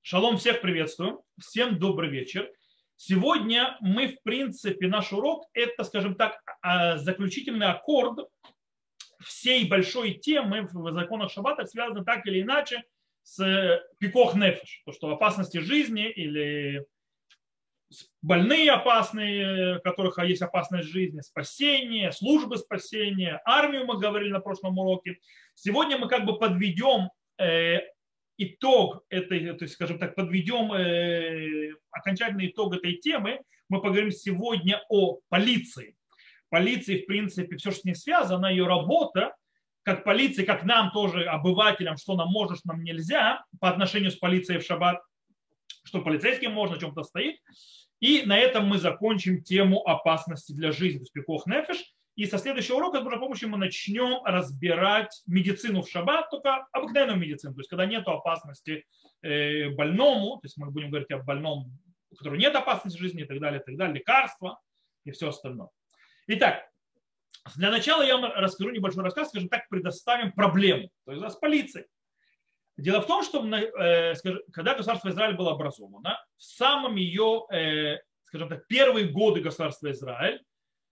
Шалом, всех приветствую. Всем добрый вечер. Сегодня мы, в принципе, наш урок – это, скажем так, заключительный аккорд всей большой темы в законах шаббата, связанной так или иначе с пикох нефеш, то, что опасности жизни или больные опасные, у которых есть опасность жизни, спасение, службы спасения, армию мы говорили на прошлом уроке. Сегодня мы как бы подведем итог этой, то есть, скажем так, подведем окончательный итог этой темы. Мы поговорим сегодня о полиции. Полиции, в принципе, все, что с ней связано, ее работа, как полиции, как нам тоже, обывателям, что нам можно, что нам нельзя по отношению с полицией в шаббат, что полицейским можно, о чем-то стоит. И на этом мы закончим тему опасности для жизни, то есть пикох нефеш. И со следующего урока, с Божьей помощью, мы начнем разбирать медицину в шаббат, только обыкновенную медицину, то есть когда нет опасности больному, то есть мы будем говорить о больном, у которого нет опасности жизни и так далее, лекарства и все остальное. Итак, для начала я вам расскажу небольшой рассказ, скажем так, предоставим проблему, то есть с полицией. Дело в том, что когда государство Израиль было образовано, в самом ее, скажем так, первые годы государства Израиль,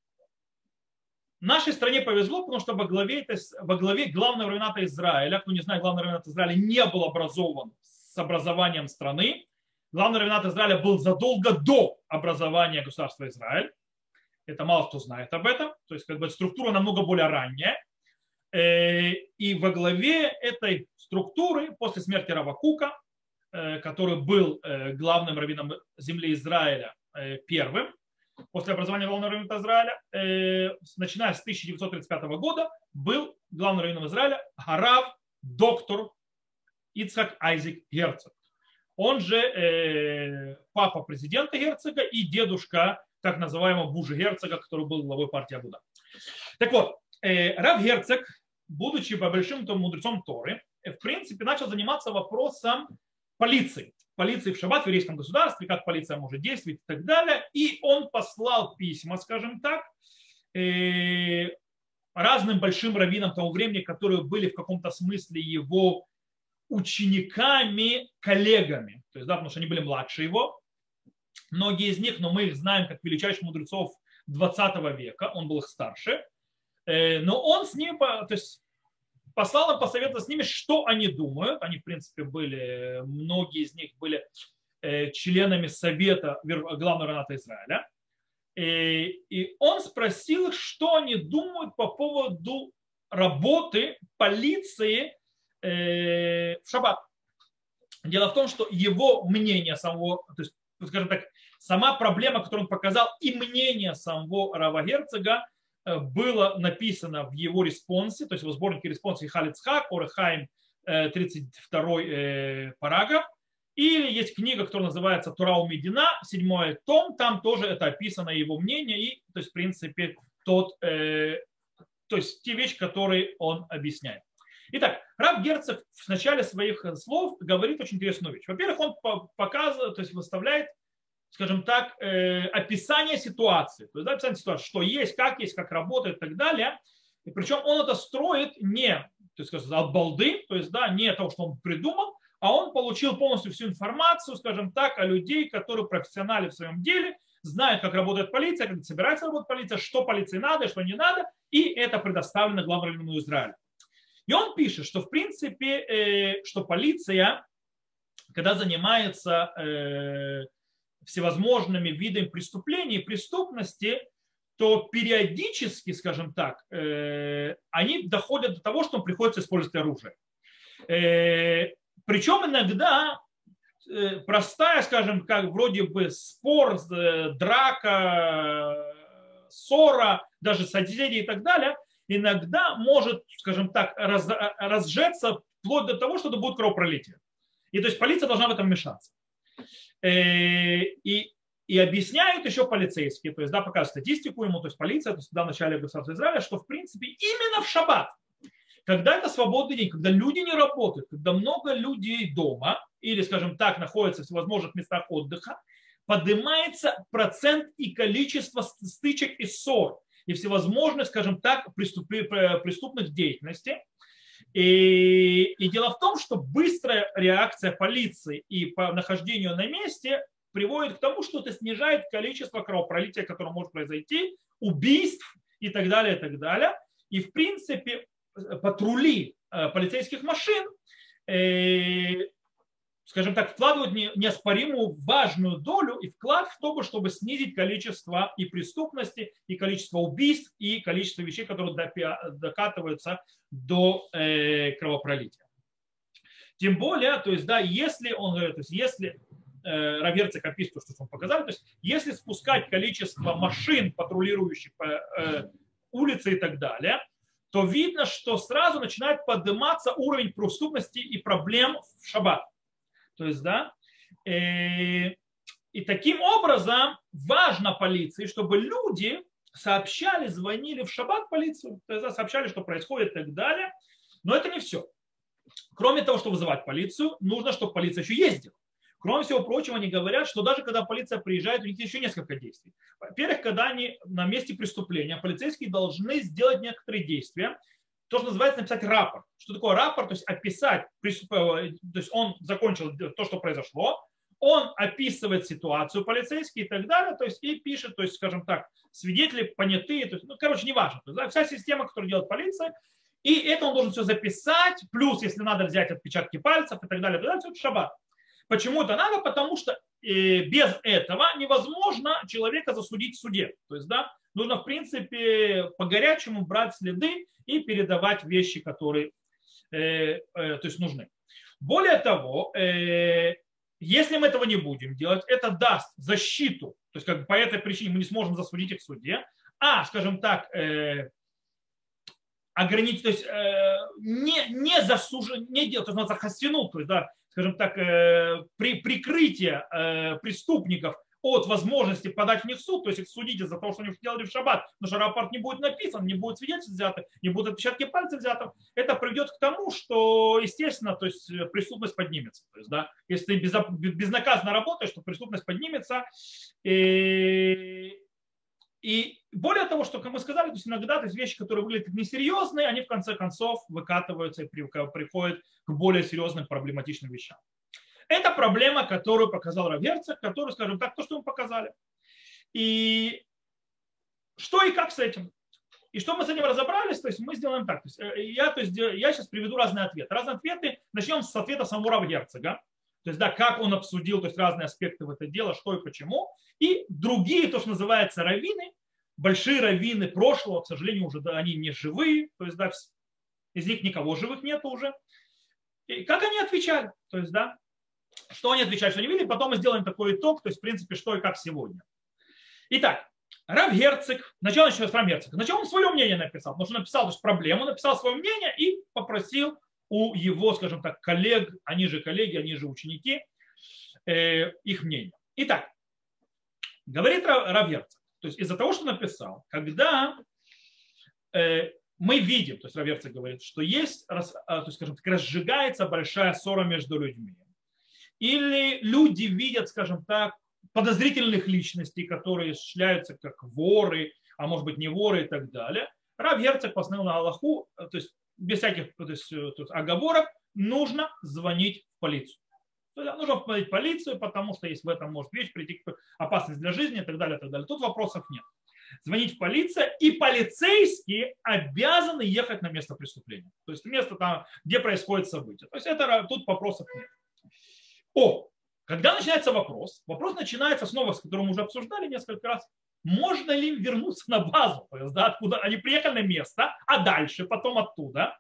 нашей стране повезло, потому что во главе главного раввината Израиля, кто не знает, главный раввинат Израиля не был образован с образованием страны. Главный раввинат Израиля был задолго до образования государства Израиль. Это мало кто знает об этом. То есть как бы структура намного более ранняя. И во главе этой структуры после смерти Рава Кука, который был главным раввином земли Израиля первым, после образования главного раввината Израиля, начиная с 1935 года, был главным раввином Израиля Гарав доктор Ицхак Айзек Герцог. Он же папа президента Герцога и дедушка так называемого Бужи Герцога, который был главой партии Абуда. Так вот, Рав Герцог, будучи по большим мудрецом Торы, в принципе начал заниматься вопросом полиции в шаббат в еврейском государстве, как полиция может действовать и так далее. И он послал письма, скажем так, разным большим раввинам того времени, которые были в каком-то смысле его учениками, коллегами. То есть, да, потому что они были младше его. Многие из них, но мы их знаем как величайших мудрецов 20 века, он был их старше. Но он с ними, то есть, послал им посоветовать с ними, что они думают. Они, в принципе, были, многие из них были членами совета главного раввината Израиля. И он спросил их, что они думают по поводу работы полиции в шаббат. Дело в том, что его мнение самого, то есть, скажем так, сама проблема, которую он показал, и мнение самого Рава Герцога было написано в его респонсе, то есть в сборнике респонса Халицхак, Орехаим, 32 параграф. И есть книга, которая называется Тура у Медина, 7 том, там тоже это описано его мнение, и, то есть, в принципе, то есть те вещи, которые он объясняет. Итак, Рав Герцог в начале своих слов говорит очень интересную вещь. Во-первых, он показывает, то есть выставляет, скажем так, описание ситуации. То есть, да, описание ситуации, что есть, как работает и так далее. И причем он это строит не, то есть, от балды, то есть, да, не того, что он придумал, а он получил полностью всю информацию, скажем так, о людей, которые профессионалы в своем деле, знают, как работает полиция, как собирается работать полиция, что полиции надо, что не надо, и это предоставлено главному раввину Израиля. И он пишет, что в принципе, что полиция, когда занимается всевозможными видами преступлений и преступности, то периодически, скажем так, они доходят до того, что им приходится использовать оружие. Причем иногда простая, скажем, как вроде бы спор, драка, ссора, даже соседей и так далее, иногда может, скажем так, разжеться вплоть до того, что это будет кровопролитие. И то есть полиция должна в этом вмешаться. И объясняют еще полицейские, то есть, да, показывают статистику ему, то есть полиция, то есть, да, в начале государства Израиля, что в принципе именно в шаббат, когда это свободный день, когда люди не работают, когда много людей дома или, скажем так, находятся в всевозможных местах отдыха, поднимается процент и количество стычек и ссор и всевозможных, скажем так, преступных деятельностей. И дело в том, что быстрая реакция полиции и по нахождению на месте приводит к тому, что это снижает количество кровопролития, которое может произойти, убийств и так далее, и так далее. И в принципе патрули полицейских машин, скажем так, вкладывают неоспоримую важную долю и вклад в то, чтобы снизить количество и преступности, и количество убийств, и количество вещей, которые докатываются до кровопролития. Тем более, то есть, да, если он говорит, то есть, если Рав Герцог описывает, что он показал, то есть, если спускать количество машин, патрулирующих по улице и так далее, то видно, что сразу начинает подниматься уровень преступности и проблем в шаббат. То есть, да, и таким образом важно полиции, чтобы люди сообщали, звонили в шаббат полицию, то есть, да, сообщали, что происходит и так далее. Но это не все. Кроме того, чтобы вызывать полицию, нужно, чтобы полиция еще ездила. Кроме всего прочего, они говорят, что даже когда полиция приезжает, у них есть еще несколько действий. Во-первых, когда они на месте преступления, полицейские должны сделать некоторые действия, то, что называется написать рапорт. Что такое рапорт? То есть описать, то есть он закончил то, что произошло, он описывает ситуацию полицейский и так далее, то есть и пишет, то есть, скажем так, свидетели понятые, то есть, ну, короче, неважно. То есть, да, вся система, которую делает полиция, и это он должен все записать, плюс, если надо взять отпечатки пальцев и так далее, все это шаббат. Почему это надо? Потому что без этого невозможно человека засудить в суде. То есть, да, нужно, в принципе, по-горячему брать следы и передавать вещи, которые то есть, нужны. Более того, если мы этого не будем делать, это даст защиту. То есть, как бы по этой причине мы не сможем засудить их в суде, скажем так, ограничить, то есть не засужить, не делать, то есть надо захастянуть, то есть, да, скажем так, прикрытие преступников от возможности подать в них в суд, то есть их судить за то, что они сделали в шаббат, потому что рапорт не будет написан, не будет свидетельств взято, не будут отпечатки пальцев взято, это приведет к тому, что, естественно, то есть преступность поднимется. То есть, да, если ты безнаказанно работаешь, то преступность поднимется. И более того, что, как мы сказали, то есть иногда то есть вещи, которые выглядят несерьезные, они в конце концов выкатываются и приходят к более серьезным проблематичным вещам. Это проблема, которую показал Рав Герцог, которую, скажем так, то, что мы показали. И что и как с этим? И что мы с этим разобрались, то есть мы сделаем так. То есть я сейчас приведу разные ответы. Разные ответы. Начнем с ответа самого Рава Герцога. То есть, да, как он обсудил, то есть разные аспекты в это дело, что и почему. И другие, то, что называется раввины, большие раввины прошлого, к сожалению, уже да, они не живые, то есть, да, из них никого живых нет уже. И как они отвечали? То есть, да, что они отвечают, что они видели, потом мы сделаем такой итог, то есть, в принципе, что и как сегодня. Итак, Рав Герцог, сначала начнем с Рав Герцога. Сначала он свое мнение написал, потому что написал то есть, проблему, написал свое мнение и попросил у его, скажем так, коллег, они же коллеги, они же ученики, их мнение. Итак, говорит Рав Герцог, то есть из-за того, что написал, когда мы видим, то есть Рав Герцог говорит, что есть, то есть, скажем так, разжигается большая ссора между людьми, или люди видят, скажем так, подозрительных личностей, которые шляются как воры, а может быть не воры и так далее, Рав Герцог постановил на Аллаху, то есть без всяких то есть, оговорок, нужно звонить в полицию. Нужно звонить в полицию, потому что если в этом может вещь прийти опасность для жизни и так далее, и так далее. Тут вопросов нет. Звонить в полицию, и полицейские обязаны ехать на место преступления. То есть место там, где происходит событие. То есть это, тут вопросов нет. Когда начинается вопрос начинается снова, с которым мы уже обсуждали несколько раз, можно ли им вернуться на базу, то есть, да, откуда они приехали на место, а дальше, потом оттуда.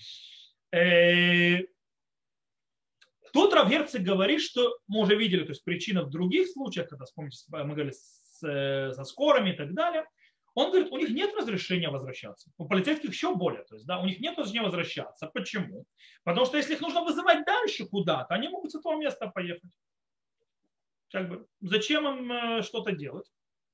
Тут Рав Герцог говорит, что мы уже видели, то есть причина в других случаях, когда, вспомните, мы говорили со скорыми и так далее, он говорит, у них нет разрешения возвращаться. У полицейских еще более, то есть, да, у них нет разрешения возвращаться. Почему? Потому что если их нужно вызывать дальше куда-то, они могут с этого места поехать. Как бы, зачем им что-то делать?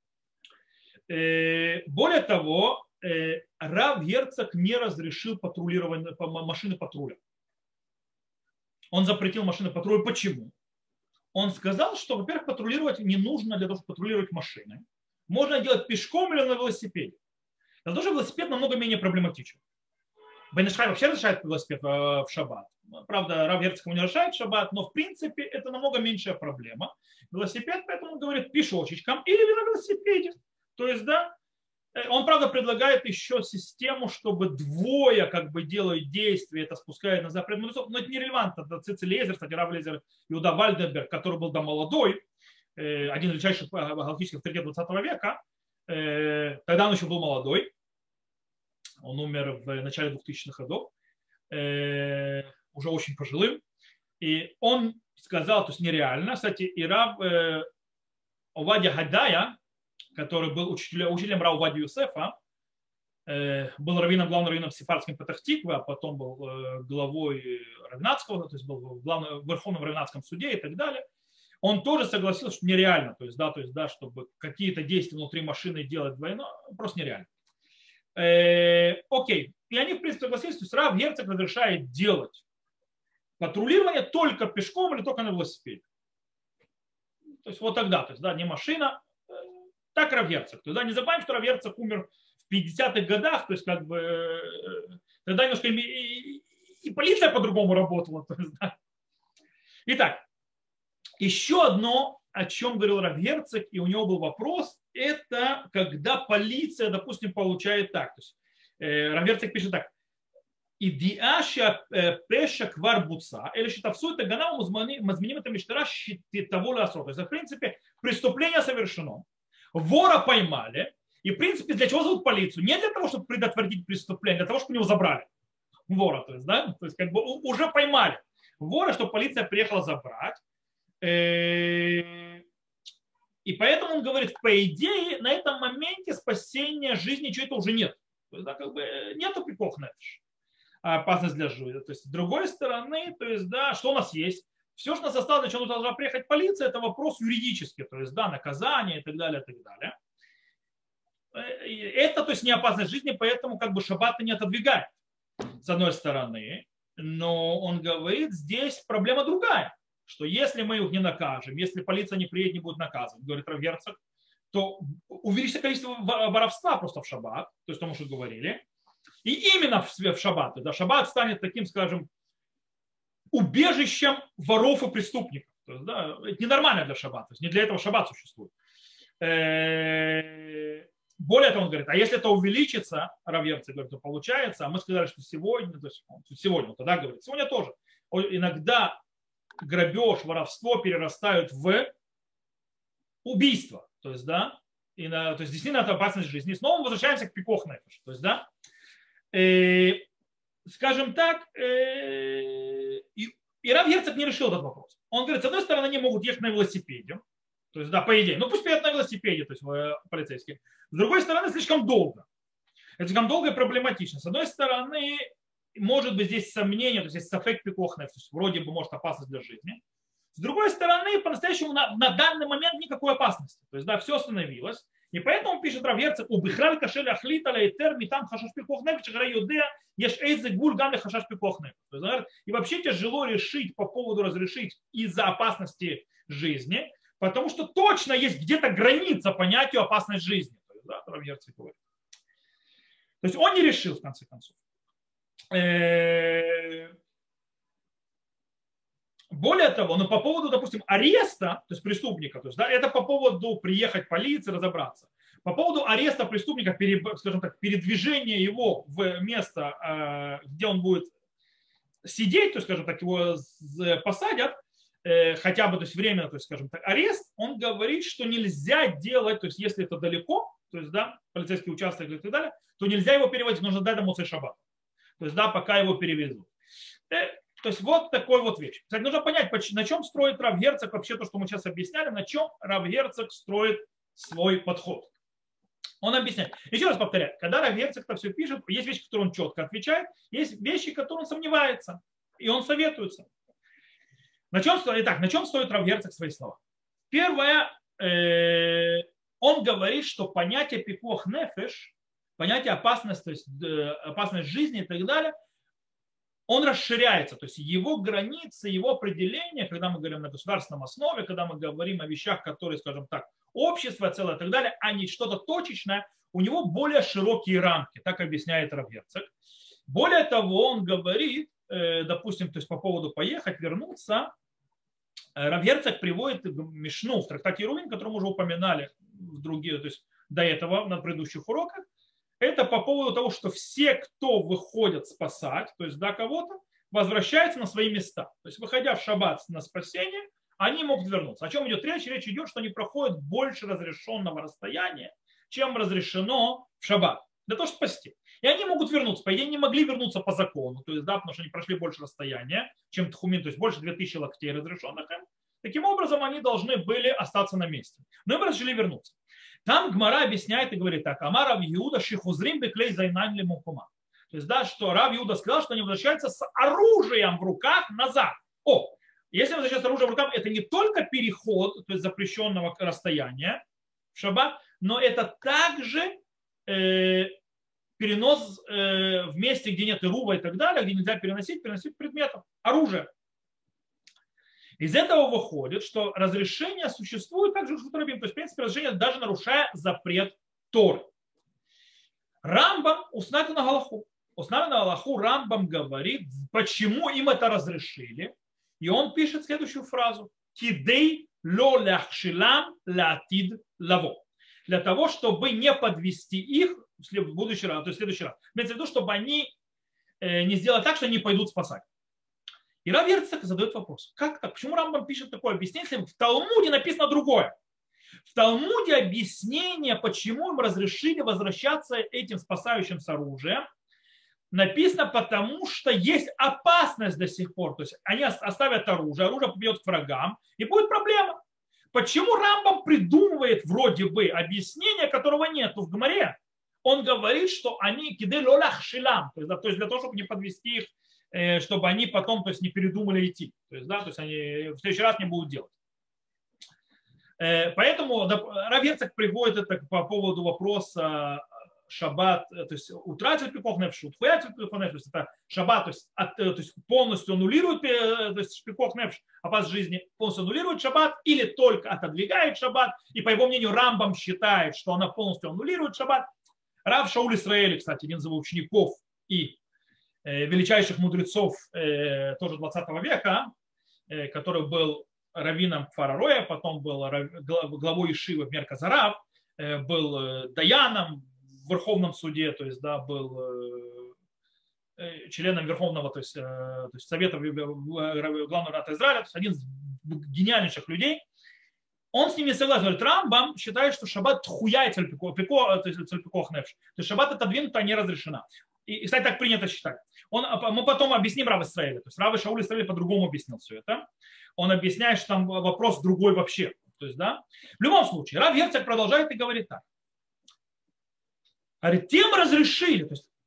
Более того, Рав Герцог не разрешил патрулирование машины патруля. Он запретил машины патруля. Почему? Он сказал, что, во-первых, патрулировать не нужно для того, чтобы патрулировать машины. Можно делать пешком или на велосипеде. Для того, что велосипед намного менее проблематичен. Бен Ишхай вообще разрешает велосипед в шаббат. Правда, Рав Герцог ему не разрешает в шаббат, но в принципе это намного меньшая проблема. Велосипед, поэтому он говорит пешочечком или на велосипеде. То есть, да, он, правда, предлагает еще систему, чтобы двое как бы делают действия, это спускает на запрет мудрецов, но это нерелевантно. Это Цици Лейзер, кстати, Рав Лейзер Иуда Вальденберг, который был да молодой, один из величайших галактических авторитетов 20 века, тогда он еще был молодой, он умер в начале 2000-х годов, уже очень пожилым, и он сказал, то есть нереально, кстати, и Рав Овадья Хадая, который был учителем Рава Овадьи Юсефа, был главным раввином в сефардском Петах-Тикве, а потом был главой раввинатского, то есть был в Верховном раввинатском суде и так далее. Он тоже согласился, что нереально, то есть, да, чтобы какие-то действия внутри машины делать двойно, просто нереально. Окей. И они, в принципе, согласились, то есть Рав Герцог разрешает делать патрулирование только пешком или только на велосипеде. То есть вот тогда, то есть, да, не машина, так Рав Герцог. То есть, да, не забываем, что Рав Герцог умер в 50-х годах, то есть как бы тогда немножко и полиция по-другому работала. То есть, да. Итак, еще одно, о чем говорил Рав Герцог, и у него был вопрос, это когда полиция, допустим, получает так. То есть, Рав Герцог пишет так. Идиаша пеша квар буца, или считавсу это ганау мазминим это миштара того ласо. То есть, в принципе, преступление совершено, вора поймали, и, в принципе, для чего зовут полицию? Не для того, чтобы предотвратить преступление, для того, чтобы его забрали. Вора, то есть, да? То есть, как бы уже поймали вора, чтобы полиция приехала забрать. И поэтому он говорит, по идее, на этом моменте спасения жизни чего-то уже нет. То есть, да, как бы нету пикох нефеш, опасность для жизни. То есть, с другой стороны, то есть, да, что у нас есть? Все, что у нас осталось, для чего должна приехать полиция, это вопрос юридический, то есть, да, наказание и так далее, и так далее. Это, то есть, не опасность жизни, поэтому как бы шаббат не отодвигает, с одной стороны. Но он говорит, здесь проблема другая, что если мы их не накажем, если полиция не приедет, не будет наказывать, говорит Рав Герцог, то увеличится количество воровства просто в шаббат, то есть то, что говорили. И именно в шаббат, да, шаббат станет таким, скажем, убежищем воров и преступников. То есть, да, это ненормально для шаббата, то есть не для этого шаббат существует. Более того, он говорит, а если это увеличится, Рав Герцог говорит, то получается, а мы сказали, что сегодня, то есть сегодня, он тогда говорит, сегодня тоже, иногда грабеж, воровство перерастают в убийство. То есть, да, то есть действительно это опасность жизни. И снова мы возвращаемся к пикох нефеш. То есть, да, скажем так, и Рав Герцог не решил этот вопрос. Он говорит, с одной стороны, они могут ехать на велосипеде, то есть, да, по идее, ну пусть поедут на велосипеде, то есть полицейские. С другой стороны, слишком долго. Это слишком долго и проблематично. С одной стороны, может быть здесь сомнение, то есть есть сафек пикох нефеш, вроде бы может опасность для жизни. С другой стороны, по-настоящему на данный момент никакой опасности. То есть, да, все остановилось. И поэтому он пишет Рав Герцог, убихраль кашель ахлит аля итер митам хашаш пикох нефеш, гара юдея, еш эйзе гвуль гам ле хашаш пикох нефеш. И вообще тяжело решить по поводу разрешить из-за опасности жизни, потому что точно есть где-то граница понятию опасность жизни. То есть, да, Рав Герцог говорит. То есть он не решил, в конце концов. Более того, но по поводу, допустим, ареста, то есть преступника, то есть, да, это по поводу приехать полиции, разобраться. По поводу ареста преступника, скажем так, передвижения его в место, где он будет сидеть, то есть, скажем так, его посадят, хотя бы, то есть, временно, то есть, скажем так, арест, он говорит, что нельзя делать, то есть, если это далеко, то есть, да, полицейский участок и так далее, то нельзя его переводить, нужно дать ему шаббат. То есть, да, пока его перевезут. То есть вот такой вот вещь. Кстати, нужно понять, на чем строит Рав Герцог, вообще то, что мы сейчас объясняли, на чем Рав Герцог строит свой подход. Он объясняет. Еще раз повторяю, когда Рав Герцог это все пишет, есть вещи, которые он четко отвечает, есть вещи, которые он сомневается, и он советуется. На чем стоит Рав Герцог свои слова? Первое, он говорит, что понятие пикох нефеш, понятие опасности, то есть опасность жизни и так далее, он расширяется, то есть его границы, его определения, когда мы говорим на государственном основе, когда мы говорим о вещах, которые, скажем так, общество целое и так далее, а не что-то точечное, у него более широкие рамки, так объясняет Рав Герцог. Более того, он говорит, допустим, то есть по поводу поехать, вернуться, Рав Герцог приводит Мишну в трактате Ирувин, который мы уже упоминали в другие, то есть до этого на предыдущих уроках. Это по поводу того, что все, кто выходят спасать, то есть да, кого-то, возвращаются на свои места. То есть выходя в шаббат на спасение, они могут вернуться. О чем идет речь? Речь идет, что они проходят больше разрешенного расстояния, чем разрешено в шаббат, для того, чтобы спасти. И они могут вернуться. По идее, не могли вернуться по закону, то есть, да, потому что они прошли больше расстояния, чем тхумин, то есть больше 2000 локтей разрешенных им. Таким образом, они должны были остаться на месте. Но им разрешили вернуться. Там Гмара объясняет и говорит так: Амар Рав Иуда шихузрим беклей зайнан лимукума. То есть, да, что Рав Иуда сказал, что они возвращаются с оружием в руках назад. Если возвращаются с оружием в руках, это не только переход, то есть запрещенного расстояния в шаббат, но это также перенос в месте, где нет ирува и так далее, где нельзя переносить предметов, оружие. Из этого выходит, что разрешение существует также в Торабим. То есть, в принципе, разрешение даже нарушая запрет Торы. Рамбам установил на Галаху. Установил на Галаху Рамбам говорит, почему им это разрешили. И он пишет следующую фразу. Кидей ло ляхшилам латид лаво. Для того, чтобы не подвести их в будущий раз, то есть в следующий раз. Имеется в виду, чтобы они не сделали так, что они пойдут спасать. И Рав Герцог задает вопрос, как так? Почему Рамбам пишет такое объяснение, если в Талмуде написано другое? В Талмуде объяснение, почему им разрешили возвращаться этим спасающим с оружием, написано потому, что есть опасность до сих пор. То есть они оставят оружие побьет к врагам, и будет проблема. Почему Рамбам придумывает вроде бы объяснение, которого нет в Гмаре? Он говорит, что они кидей лолах шилам, то есть для того, чтобы не подвести их, чтобы они потом, то есть, не передумали идти. То есть, да, то есть они в следующий раз не будут делать. Поэтому Рав Герцог приводит это по поводу вопроса шаббат, то есть утратил пикох нефиш, утхуятил пикох нефиш, это шаббат, то есть полностью аннулирует, то есть пикох нефиш, опас жизни, полностью аннулирует шаббат или только отодвигает шаббат, и по его мнению Рамбам считает, что она полностью аннулирует шаббат. Рав Шауль Исраэли, кстати, один из его учеников и величайших мудрецов тоже 20 века, который был раввином Фарароя, потом был главой Ишивы в Мерказарав, был даяном в Верховном суде, то есть, да, был членом Верховного, то есть Совета Главного Рата Израиля, то есть один из гениальнейших людей. Он с ними согласен. Говорит, Рамбам считает, что шаббат тхуя и цельпикох нефиш. То есть шаббат отодвинута, а не разрешена. И, кстати, так принято считать. Мы потом объясним Рав Исраэля. То есть Рав Шауль Исраэля по-другому объяснил все это. Он объясняет, что там вопрос другой вообще. То есть, да? В любом случае, Рав Герцог продолжает и говорит так. Говорит, тем разрешили. То есть,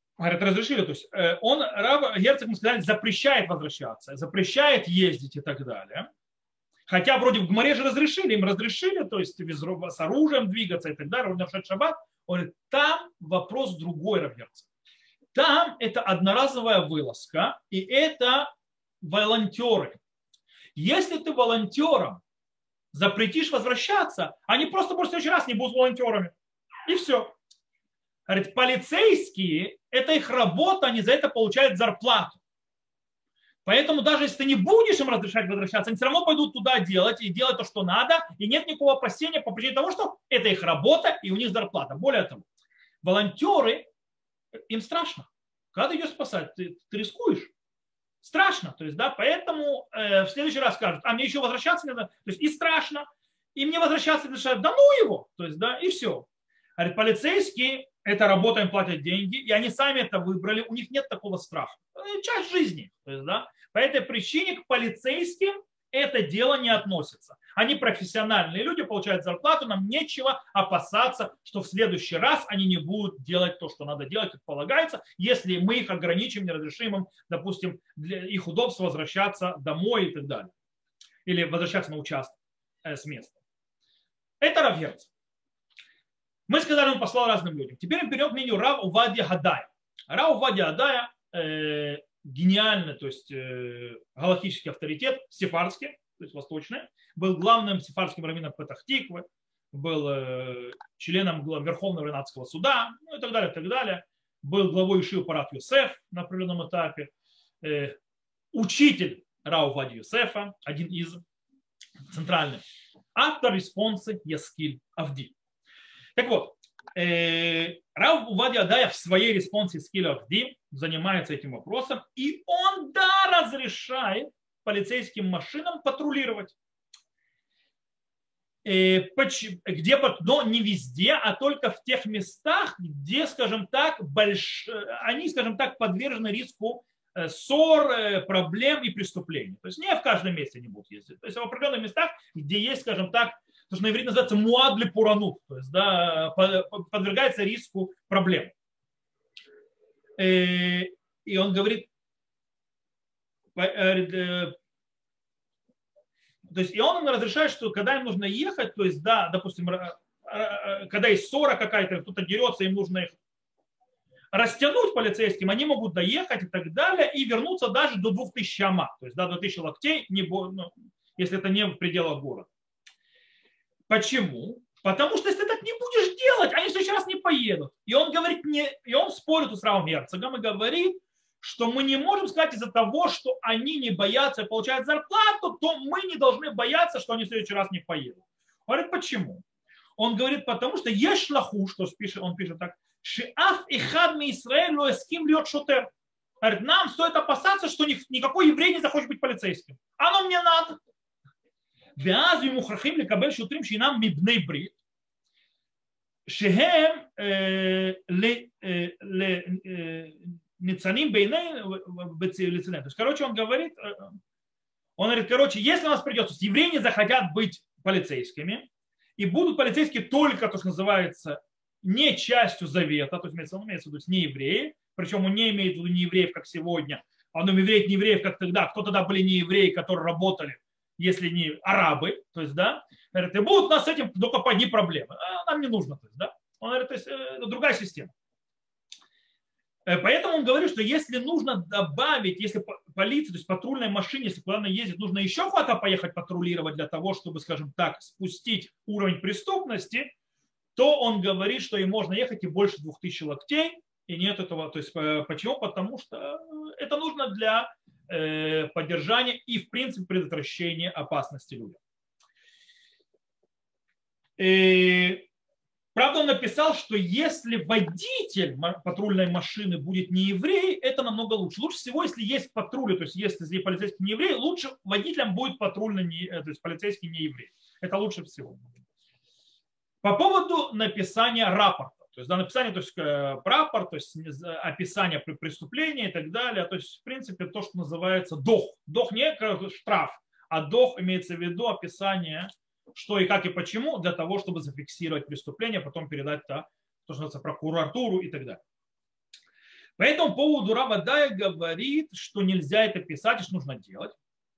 он, Рав Герцог, мы сказали, запрещает возвращаться, запрещает ездить и так далее. Хотя вроде в Гмаре же разрешили, им разрешили, то есть с оружием двигаться и так далее, нарушать шаббат. Он говорит, там вопрос другой, Рав Герцог. Там это одноразовая вылазка, и это волонтеры. Если ты волонтерам запретишь возвращаться, они просто в следующий раз не будут волонтерами. И все. Говорит, полицейские, это их работа, они за это получают зарплату. Поэтому даже если ты не будешь им разрешать возвращаться, они все равно пойдут туда делать и делать то, что надо, и нет никакого опасения по причине того, что это их работа и у них зарплата. Более того, волонтеры, им страшно. Когда ты идешь спасать, ты рискуешь. Страшно. То есть, да, поэтому в следующий раз скажут, а мне еще возвращаться не надо. То есть и страшно, и мне возвращаться решают, да ну его. То есть, да, и все. Говорит, полицейские, это работа, им платят деньги, и они сами это выбрали, у них нет такого страха. Это часть жизни. То есть, да, по этой причине к полицейским это дело не относится. Они профессиональные люди, получают зарплату, нам нечего опасаться, что в следующий раз они не будут делать то, что надо делать, как полагается, если мы их ограничим, не разрешим им, допустим, для их удобства возвращаться домой и так далее. Или возвращаться на участок с места. Это Рав Герцог. Мы сказали, он послал разным людям. Теперь мы перейдем к мнению Рав Увадья Адая. Рав Увадья Адая гениальный, то есть галахический авторитет, сефардский, то есть восточный, был главным сефардским раввином Петах-Тиквы, был членом Верховного Ренатского суда, ну и так далее, и так далее. был главой Ишивы Парат Йосеф на определенном этапе, учитель Рав Овадия Йосефа, один из центральных, автор респонсы Яскиль Авди. Так вот, Рав Овадия Адая в своей респонсе Яскиль Авди занимается этим вопросом, и он, да, разрешает полицейским машинам патрулировать. Где, но не везде, а только в тех местах, где, скажем так, они, скажем так, подвержены риску ссор, проблем и преступлений. То есть не в каждом месте они будут ездить. То есть в определенных местах, где есть, скажем так, то, что на иврите называется муадли пурану, то есть да, подвергается риску проблем. И он говорит, то есть и он им разрешает, что когда им нужно ехать, то есть, да, допустим, когда есть ссора какая-то, кто-то дерется, им нужно их растянуть полицейским, они могут доехать и так далее, и вернуться даже до 2000 ама, то есть до 2000 локтей, если это не в пределах города. Почему? Потому что если ты так не будешь делать, они в следующий раз не поедут. И он говорит, и он спорит с Равом Герцогом и говорит, что мы не можем сказать из-за того, что они не боятся и получают зарплату, то мы не должны бояться, что они в следующий раз не поедут. Он говорит, почему? Он говорит, потому что есть шлаху, что он пишет так, «Шиаф ихад ми Исраэль ло эским льет шотер». Говорит, нам стоит опасаться, что никакой еврей не захочет быть полицейским. Оно мне надо. ואז הם מוכרחים לקבל שוטרים שאינם מבני ברית, שהם ניצנים בעינינו לצלם. То есть, короче, он говорит, короче, если у нас придется, евреи не захотят быть полицейскими, и будут полицейские только, то, что называется, не частью завета, то есть имеется в виду не евреи, причем он не имеет в виду не евреев, как сегодня, а он имеет не евреев, как тогда, кто тогда были не евреи, которые работали, если не арабы, то есть, да, говорит, и будут у нас с этим только одни проблемы, а нам не нужно, то есть, да, он говорит, то есть, другая система. Поэтому он говорит, что если нужно добавить, если полиция, то есть патрульной машине, если куда-то ездит, нужно еще куда-то поехать патрулировать для того, чтобы, скажем так, спустить уровень преступности, то он говорит, что им можно ехать и больше 2000 локтей, и нет этого. То есть почему? Потому что это нужно для поддержания и, в принципе, предотвращения опасности людям. Правда, он написал, что если водитель патрульной машины будет не еврей, это намного лучше. Лучше всего, если есть патрули, то есть если полицейский не еврей, лучше водителям будет патрульный, то есть полицейский не еврей. Это лучше всего. По поводу написания рапорта. То есть, да, написание, то есть рапорт, то есть описание преступления и так далее. То есть, в принципе, то, что называется дох. Дох не штраф, а дох имеется в виду описание, что и как и почему, для того, чтобы зафиксировать преступление, потом передать то, что называется прокуратуру и так далее. По этому поводу Рав Адая говорит, что нельзя это писать, что нужно делать.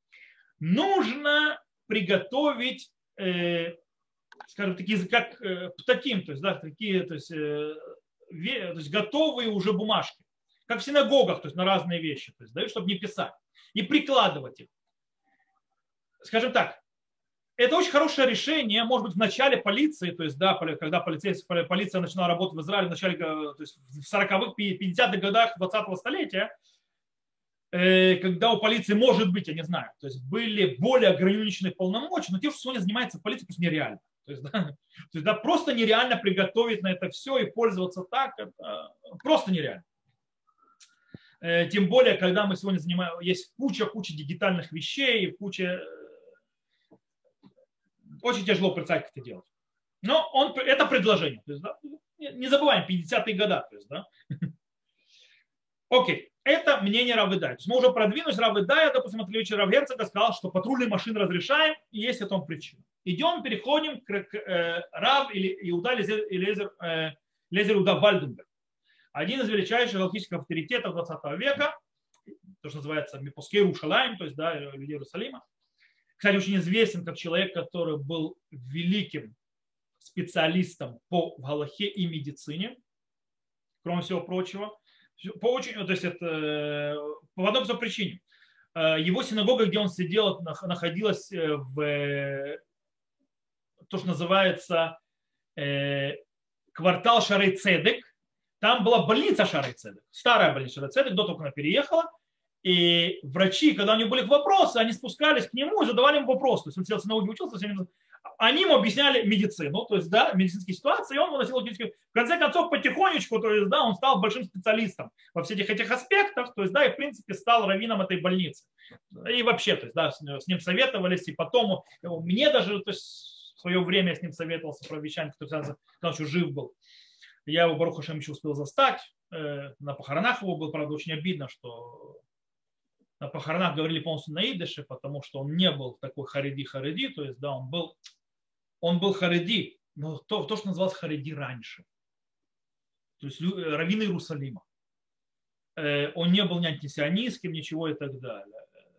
Нужно приготовить, скажем, такие как таким, то есть, да, такие, то есть готовые уже бумажки, как в синагогах, то есть на разные вещи, то есть, да, чтобы не писать, и прикладывать их. Скажем так, это очень хорошее решение, может быть, в начале полиции, то есть, да, когда полиция начала работать в Израиле в начале, то есть в 40-х, 50-х годах 20-го столетия, когда у полиции, может быть, я не знаю, то есть были более ограниченные полномочия, но те, что сегодня занимается полицией, просто нереально. То есть, да, просто нереально приготовить на это все и пользоваться так, это просто нереально. Тем более, когда мы сегодня занимаем, есть куча дигитальных вещей, очень тяжело представить, как это делать. Но это предложение. То есть, да, не забываем, 50-е годы. То есть, да. Окей, это мнение Рав Адая. То есть мы уже продвинулись. Рав Адая, допустим, отличие Рав Герцога, сказал, что патрульные машины разрешаем, и есть этому причина. Идем, переходим к Рав Иуда Лезер Иуда Вальденберг. Один из величайших галактических авторитетов 20 века, то, что называется Мипоскей Рушалаим, то есть, да, людей Иерусалима. Кстати, очень известен как человек, который был великим специалистом по галахе и медицине, кроме всего прочего. То есть это по одной причине. Его синагога, где он сидел, находилась в то, что называется квартал Шарей Цедек. Там была больница Шарей Цедек, старая больница Шарей Цедек, до того, как она переехала. И врачи, когда у них были вопросы, они спускались к нему и задавали ему вопросы. То есть он сидел в науке, учился, они ему объясняли медицину, то есть, да, медицинские ситуации, и он выносил в конце концов, потихонечку, то есть, да, он стал большим специалистом во всех этих аспектах, то есть, да, и, в принципе, стал раввином этой больницы. И вообще, то есть, да, с ним советовались, и потом, мне даже, то есть, в свое время я с ним советовался про вещами, когда он еще жив был. Я его, Барух Хашем, еще успел застать, на похоронах его было, правда, очень обидно, что на похоронах говорили полностью на идыше, потому что он не был такой хареди, то есть, да, он был хареди, но то, что называлось хареди раньше. То есть раввин Иерусалима. Он не был ни антисионистским, ничего и так далее.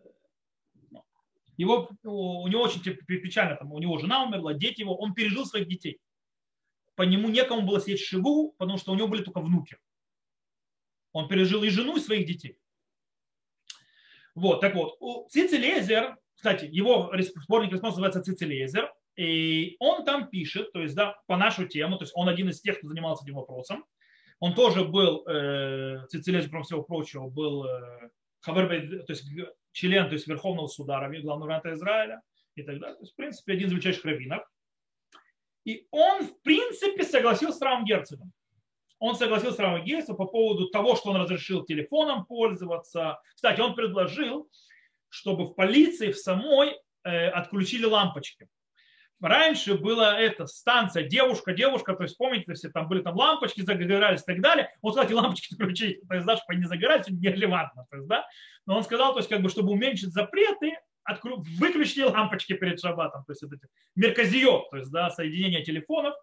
У него очень печально, у него жена умерла, дети его, он пережил своих детей. По нему некому было сидеть шиву, потому что у него были только внуки. Он пережил и жену, и своих детей. Вот, так вот, Цици Лейзер, кстати, его сборник респонсов называется Цици Лейзер, и он там пишет, то есть, да, по нашу тему, то есть он один из тех, кто занимался этим вопросом. Он тоже был, Цици Лейзер, кроме всего прочего, был то есть, член, то есть, Верховного суда, главного раввина Израиля и так далее. То есть, в принципе, один из величайших раввинов. И он, в принципе, согласился с Равом Герцогом. Он согласился с Равом Герцогом по поводу того, что он разрешил телефоном пользоваться. Кстати, он предложил, чтобы в полиции в самой отключили лампочки. Раньше была эта станция девушка, то есть помните, если там были там лампочки, загорались и так далее. Он сказал, эти лампочки отключить, то есть, да, чтобы они не загорались, это нерелевантно. То есть, да? Но он сказал, то есть, как бы, чтобы уменьшить запреты, выключили лампочки перед шаббатом, то есть это мерказиот, то есть, да, соединение телефонов.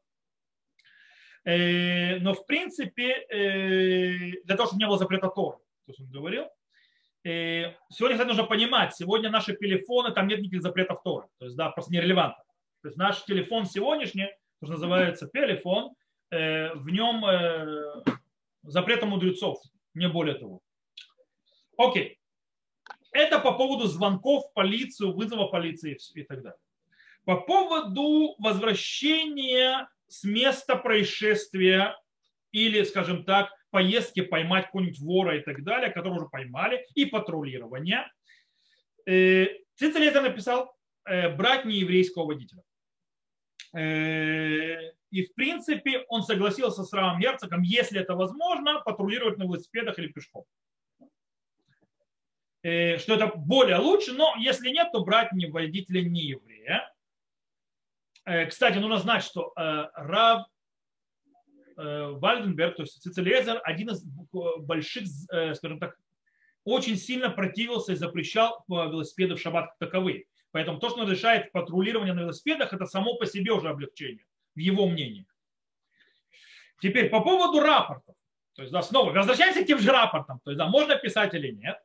Но в принципе для того, чтобы не было запрета Торы, то есть он говорил. Сегодня, кстати, нужно понимать, сегодня наши телефоны, там нет никаких запретов Торы, то есть, да, просто нерелевантно. То есть наш телефон сегодняшний, что называется телефон, в нем запрета мудрецов, не более того. Окей. Это по поводу звонков в полицию, вызова полиции и так далее. По поводу возвращения с места происшествия или, скажем так, поездки поймать какого-нибудь вора и так далее, которого уже поймали, и патрулирования. Цици Лейзер написал брать нееврейского водителя. И, в принципе, он согласился с Равом Герцогом, если это возможно, патрулировать на велосипедах или пешком. Что это более лучше, но если нет, то брать водителя не еврея. Кстати, нужно знать, что Рав Вальденберг, то есть Цици Лейзер, один из больших, скажем так, очень сильно противился и запрещал велосипеды в шаббат как таковые. Поэтому то, что он решает патрулирование на велосипедах, это само по себе уже облегчение, в его мнении. Теперь по поводу рапортов. То есть, да, снова возвращаемся к тем же рапортам. То есть, да, можно писать или нет.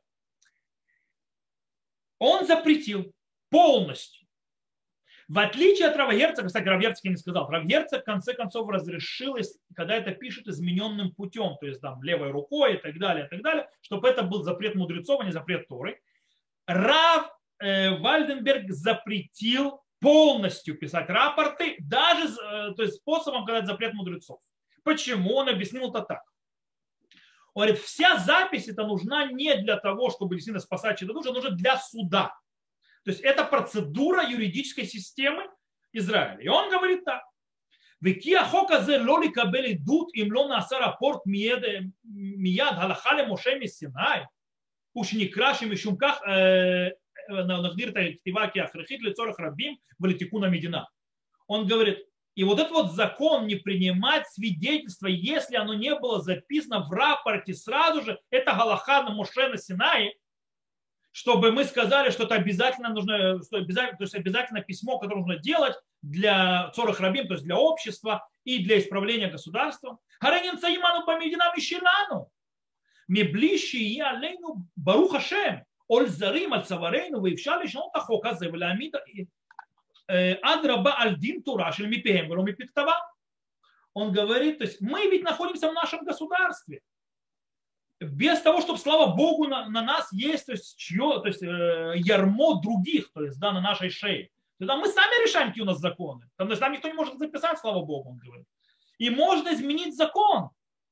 Он запретил полностью. В отличие от Рава Герцога, кстати, Рав Герцог я не сказал, Рав Герцог в конце концов разрешил, когда это пишет измененным путем, то есть там левой рукой и так далее, чтобы это был запрет мудрецов, а не запрет Торы. Рав Вальденберг запретил полностью писать рапорты, даже то есть способом, когда это запрет мудрецов. Почему? Он объяснил это так. Он говорит, вся запись это нужна не для того, чтобы действительно спасать чью-то душу, нужна для суда. То есть это процедура юридической системы Израиля. И он говорит так. וכי החוק הזה לא לקבל עדות אם לא נעשה רפורט מיד הלכה למשה מסיני, ושנקרא שמשום כך נגדיר את הכתיבה כהכרחית לצורך רבים ולתיקון המדינה. Он говорит, и вот этот вот закон не принимать свидетельство, если оно не было записано в рапорте сразу же, это галаха на Моше на Синае, чтобы мы сказали, что это обязательно нужно, что обязательно, то есть обязательно письмо, которое нужно делать для цорах рабим, то есть для общества и для исправления государства. Харенин цаиману помединам и щелану. Меблищи и алейну барух Ашем. Оль зарим аль цаварейну выевшали лишнот ахока зевляамида адраба аль дин турашель мипеем громи пиктава. Он говорит, то есть мы ведь находимся в нашем государстве. Без того, чтобы, слава Богу, на нас есть, то есть, ярмо других, то есть, да, на нашей шее. Тогда мы сами решаем, какие у нас законы. Там никто не может записать, слава Богу, он говорит. И можно изменить закон.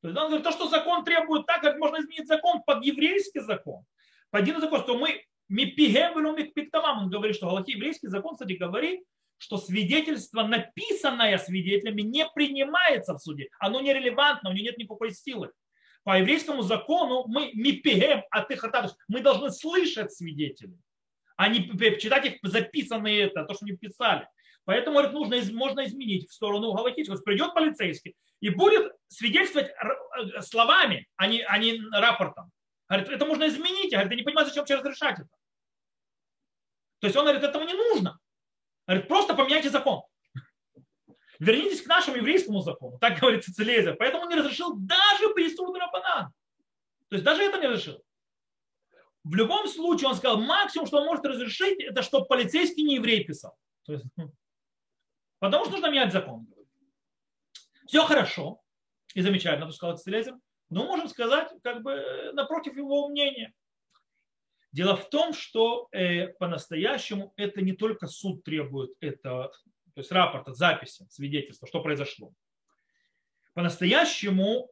То есть он говорит, то, что закон требует так, как можно изменить закон под еврейский закон. Под один закон, что мы мипигем он говорит, что галахи еврейский закон, кстати, говорит, что свидетельство, написанное свидетелями, не принимается в суде. Оно нерелевантно, у него нет никакой силы. По еврейскому закону мы мипигем от их атак, мы должны слышать свидетелей, а не читать их записанные это, то, что они писали. Поэтому, говорит, можно изменить в сторону галахического. Придет полицейский и будет свидетельствовать словами, а не рапортом. Говорит, это можно изменить. Говорит, я не понимаю, зачем вообще разрешать это. То есть он говорит, этого не нужно. Говорит, просто поменяйте закон. Вернитесь к нашему еврейскому закону. Так говорит Цицелезер. Поэтому он не разрешил даже при Исур Рабанан. То есть даже это не разрешил. В любом случае он сказал, максимум, что он может разрешить, это чтобы полицейский не еврей писал. То есть, потому что нужно менять закон. Все хорошо и замечательно, что сказал Цицелезер. Но можем сказать, как бы напротив его мнения. Дело в том, что по-настоящему это не только суд требует этого, то есть рапорта, записи, свидетельства, что произошло. По-настоящему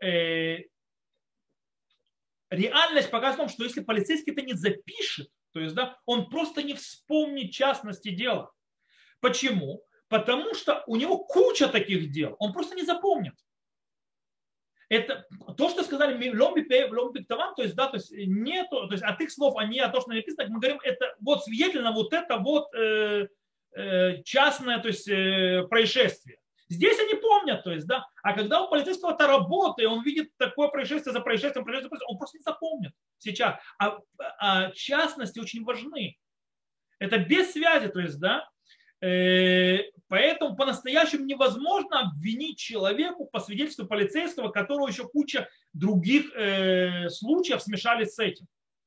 реальность показывает в том, что если полицейский это не запишет, то есть да, он просто не вспомнит частности дела. Почему? Потому что у него куча таких дел, он просто не запомнит. Это то, что сказали ломбиктавам, то есть, да, то есть нету, то есть от их слов, а не от того, что написано, мы говорим, это вот свидетельно, вот это вот частное, то есть происшествие. Здесь они помнят, то есть, да, а когда у полицейского это работа, и он видит такое происшествие за происшествием, он просто не запомнит сейчас. А частности очень важны. Это без связи, то есть, да. Поэтому по-настоящему невозможно обвинить человеку по свидетельству полицейского, которого еще куча других случаев смешались с этим.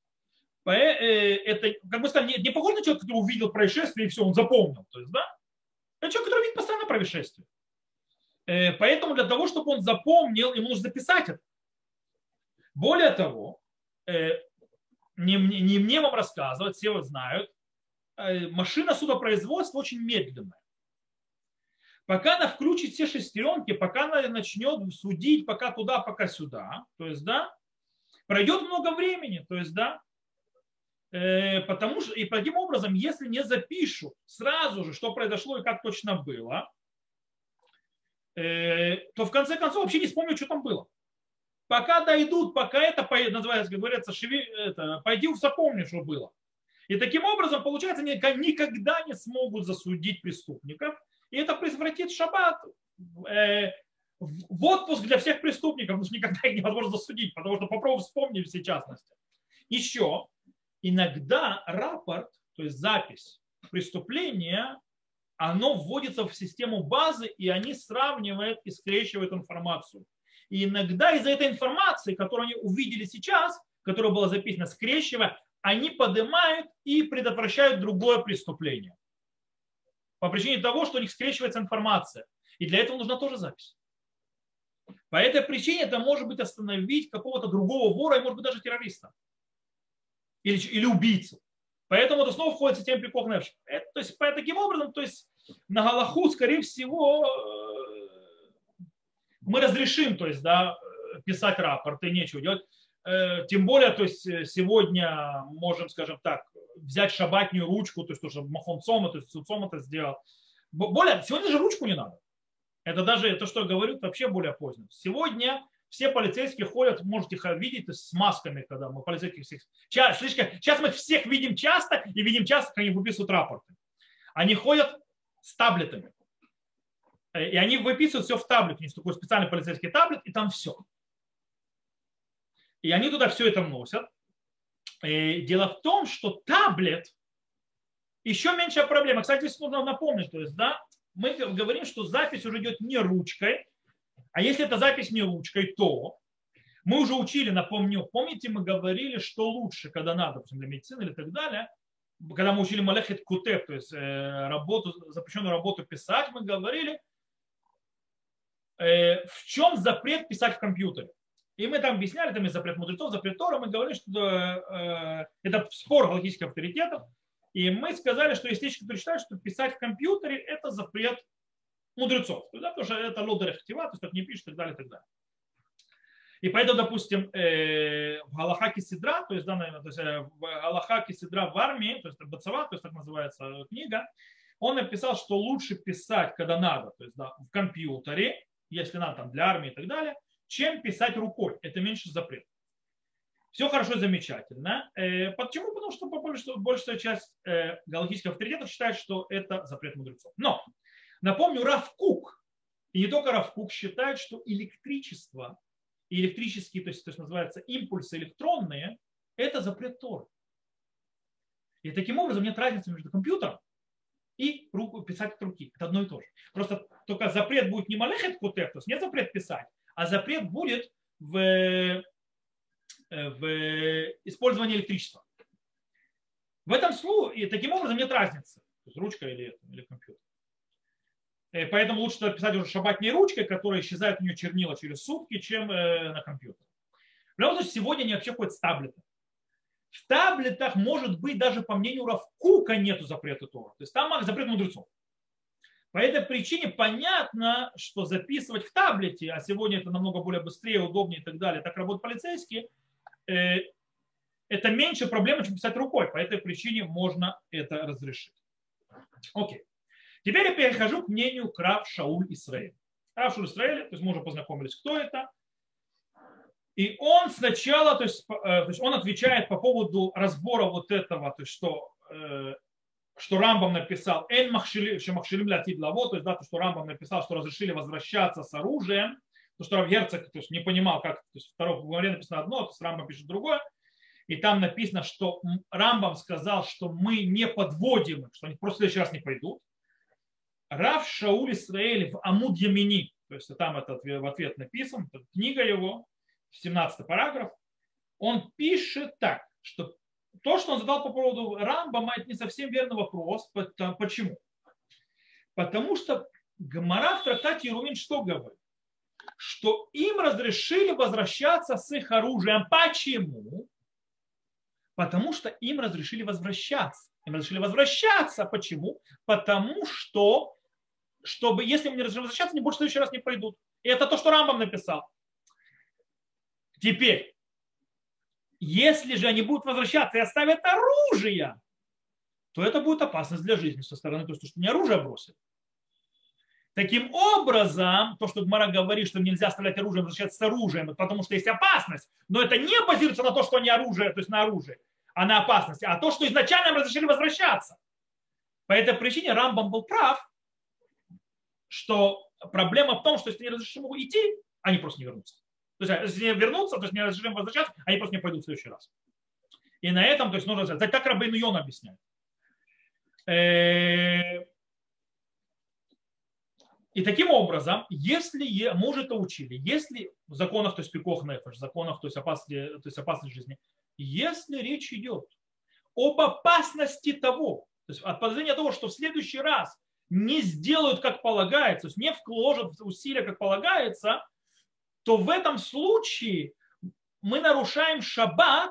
Это, как бы сказать, не похоже на человека, который увидел происшествие и все, он запомнил. То есть, да? Это человек, который видит постоянно происшествие. Поэтому для того, чтобы он запомнил, ему нужно записать это. Более того, не мне вам рассказывать, все вот знают, машина судопроизводства очень медленная. Пока она включит все шестеренки, пока она начнет судить, пока туда, пока сюда, то есть, да, пройдет много времени, то есть, да, потому что, и таким образом, если не запишу сразу же, что произошло и как точно было, то в конце концов вообще не вспомню, что там было. Пока дойдут, пока это, называется, как говорится, пойди запомни, что было. И таким образом, получается, никогда не смогут засудить преступников. И это превратит шаббат в отпуск для всех преступников, потому что никогда их невозможно засудить, потому что попробуй вспомнить все частности. Еще иногда рапорт, то есть запись преступления, оно вводится в систему базы, и они сравнивают и скрещивают информацию. И иногда из-за этой информации, которую они увидели сейчас, которая была записана, скрещивая, они поднимают и предотвращают другое преступление. По причине того, что у них скрещивается информация. И для этого нужна тоже запись. По этой причине это может быть остановить какого-то другого вора, и может быть даже террориста. Или убийцу. Поэтому это снова входит в систему пикох нефеш. То есть таким образом, то есть на галаху, скорее всего, мы разрешим, то есть, да, писать рапорты, нечего делать. Тем более, то есть сегодня можем, скажем так, взять шабатную ручку, то есть то, что Махон Цома, то есть Цома это сделал. Сегодня же ручку не надо. Это даже то, что я говорю, вообще более поздно. Сегодня все полицейские ходят, можете их видеть с масками, когда мы полицейских всех. Сейчас мы всех видим часто и видим часто, как они выписывают рапорты. Они ходят с таблетами. И они выписывают все в таблет. У них такой специальный полицейский таблет, и там все. И они туда все это вносят. И дело в том, что таблет еще меньшая проблема. Кстати, здесь нужно напомнить, то есть, да, мы говорим, что запись уже идет не ручкой, а если эта запись не ручкой, то мы уже учили, напомню, помните, мы говорили, что лучше, когда надо, допустим, для медицины или так далее, когда мы учили малехет кутев, то есть запрещенную работу писать, мы говорили, в чем запрет писать в компьютере. И мы там объясняли, там есть запрет мудрецов, запрет Тора, мы говорили, что это спор галактических авторитетов, и мы сказали, что есть вещи, которые считают, что писать в компьютере – это запрет мудрецов, потому что это лодер хтива, то есть так не пишет, и так далее, и так далее. И поэтому, допустим, в Галаха Кисидра, то есть, да, наверное, то есть в Галаха Кисидра в армии, то есть Бацава, то есть так называется книга, он написал, что лучше писать, когда надо, то есть да, в компьютере, если надо там, для армии и так далее, чем писать рукой. Это меньше запрет. Все хорошо, замечательно. Почему? Потому что большая часть галактических авторитетов считает, что это запрет мудрецов. Но, напомню, Рав Кук, и не только Рав Кук, считает, что электричество и электрические, то есть называется импульсы электронные, это запрет Торы. И таким образом нет разницы между компьютером и писать от руки. Это одно и то же. Просто только запрет будет не малехет кутех, то есть нет запрет писать, а запрет будет в использовании электричества. В этом случае, таким образом, нет разницы, то есть ручка или компьютер. Поэтому лучше писать уже шабатной ручкой, которая исчезает у нее чернила через сутки, чем на компьютере. В любом случае, сегодня они вообще ходят с таблетом. В таблетах, может быть, даже по мнению Рав Кука нету запрета Тора. То есть там запрет мудрецов. По этой причине понятно, что записывать в таблете, а сегодня это намного более быстрее, удобнее и так далее, так работают полицейские, это меньше проблемы, чем писать рукой. По этой причине можно это разрешить. Окей. Теперь я перехожу к мнению Рав Шауль Исраэль. Рав Шауль Исраэль, то есть мы уже познакомились, кто это. И он сначала, то есть он отвечает по поводу разбора вот этого, то есть что Рамбам написал, то есть да, то, что Рамбам написал, что разрешили возвращаться с оружием, то, что Рав Герцог, то есть не понимал, как, то есть второе в главе написано одно, то есть Рамбам пишет другое, и там написано, что Рамбам сказал, что мы не подводим их, что они просто в следующий раз не пойдут. Рав Шауль Исраэль в Амуд Ямини, то есть там это в ответ написан, это книга его, 17 параграф, он пишет так, что то, что он задал по поводу Рамбама, это не совсем верный вопрос. Почему? Потому что Гемара в трактате Ирувин что говорит? Что им разрешили возвращаться с их оружием. Почему? Потому что им разрешили возвращаться. Им разрешили возвращаться. Почему? Потому что, чтобы, если им не разрешили возвращаться, они больше в следующий раз не пойдут. И это то, что Рамбам написал. Теперь, если же они будут возвращаться и оставят оружие, то это будет опасность для жизни со стороны, то, что не оружие бросят. Таким образом, то, что Гмара говорит, что нельзя оставлять оружие, возвращаться с оружием, потому что есть опасность, но это не базируется на то, что они оружие, то есть на оружие, а на опасности, а то, что изначально им разрешили возвращаться. По этой причине Рамбам был прав, что проблема в том, что если они разрешили ему идти, они просто не вернутся. То есть, если не вернутся, то есть не разрешим возвращаться, они просто не пойдут в следующий раз. И на этом, то есть, нужно сказать, так Рабейну Йона объясняет. И таким образом, если мы уже это учили, если в законах, то есть пикох нефеш, в законах, то есть опасность жизни, если речь идет об опасности того, то есть от подозрения того, что в следующий раз не сделают, как полагается, то есть не вложат усилия, как полагается, то в этом случае мы нарушаем шаббат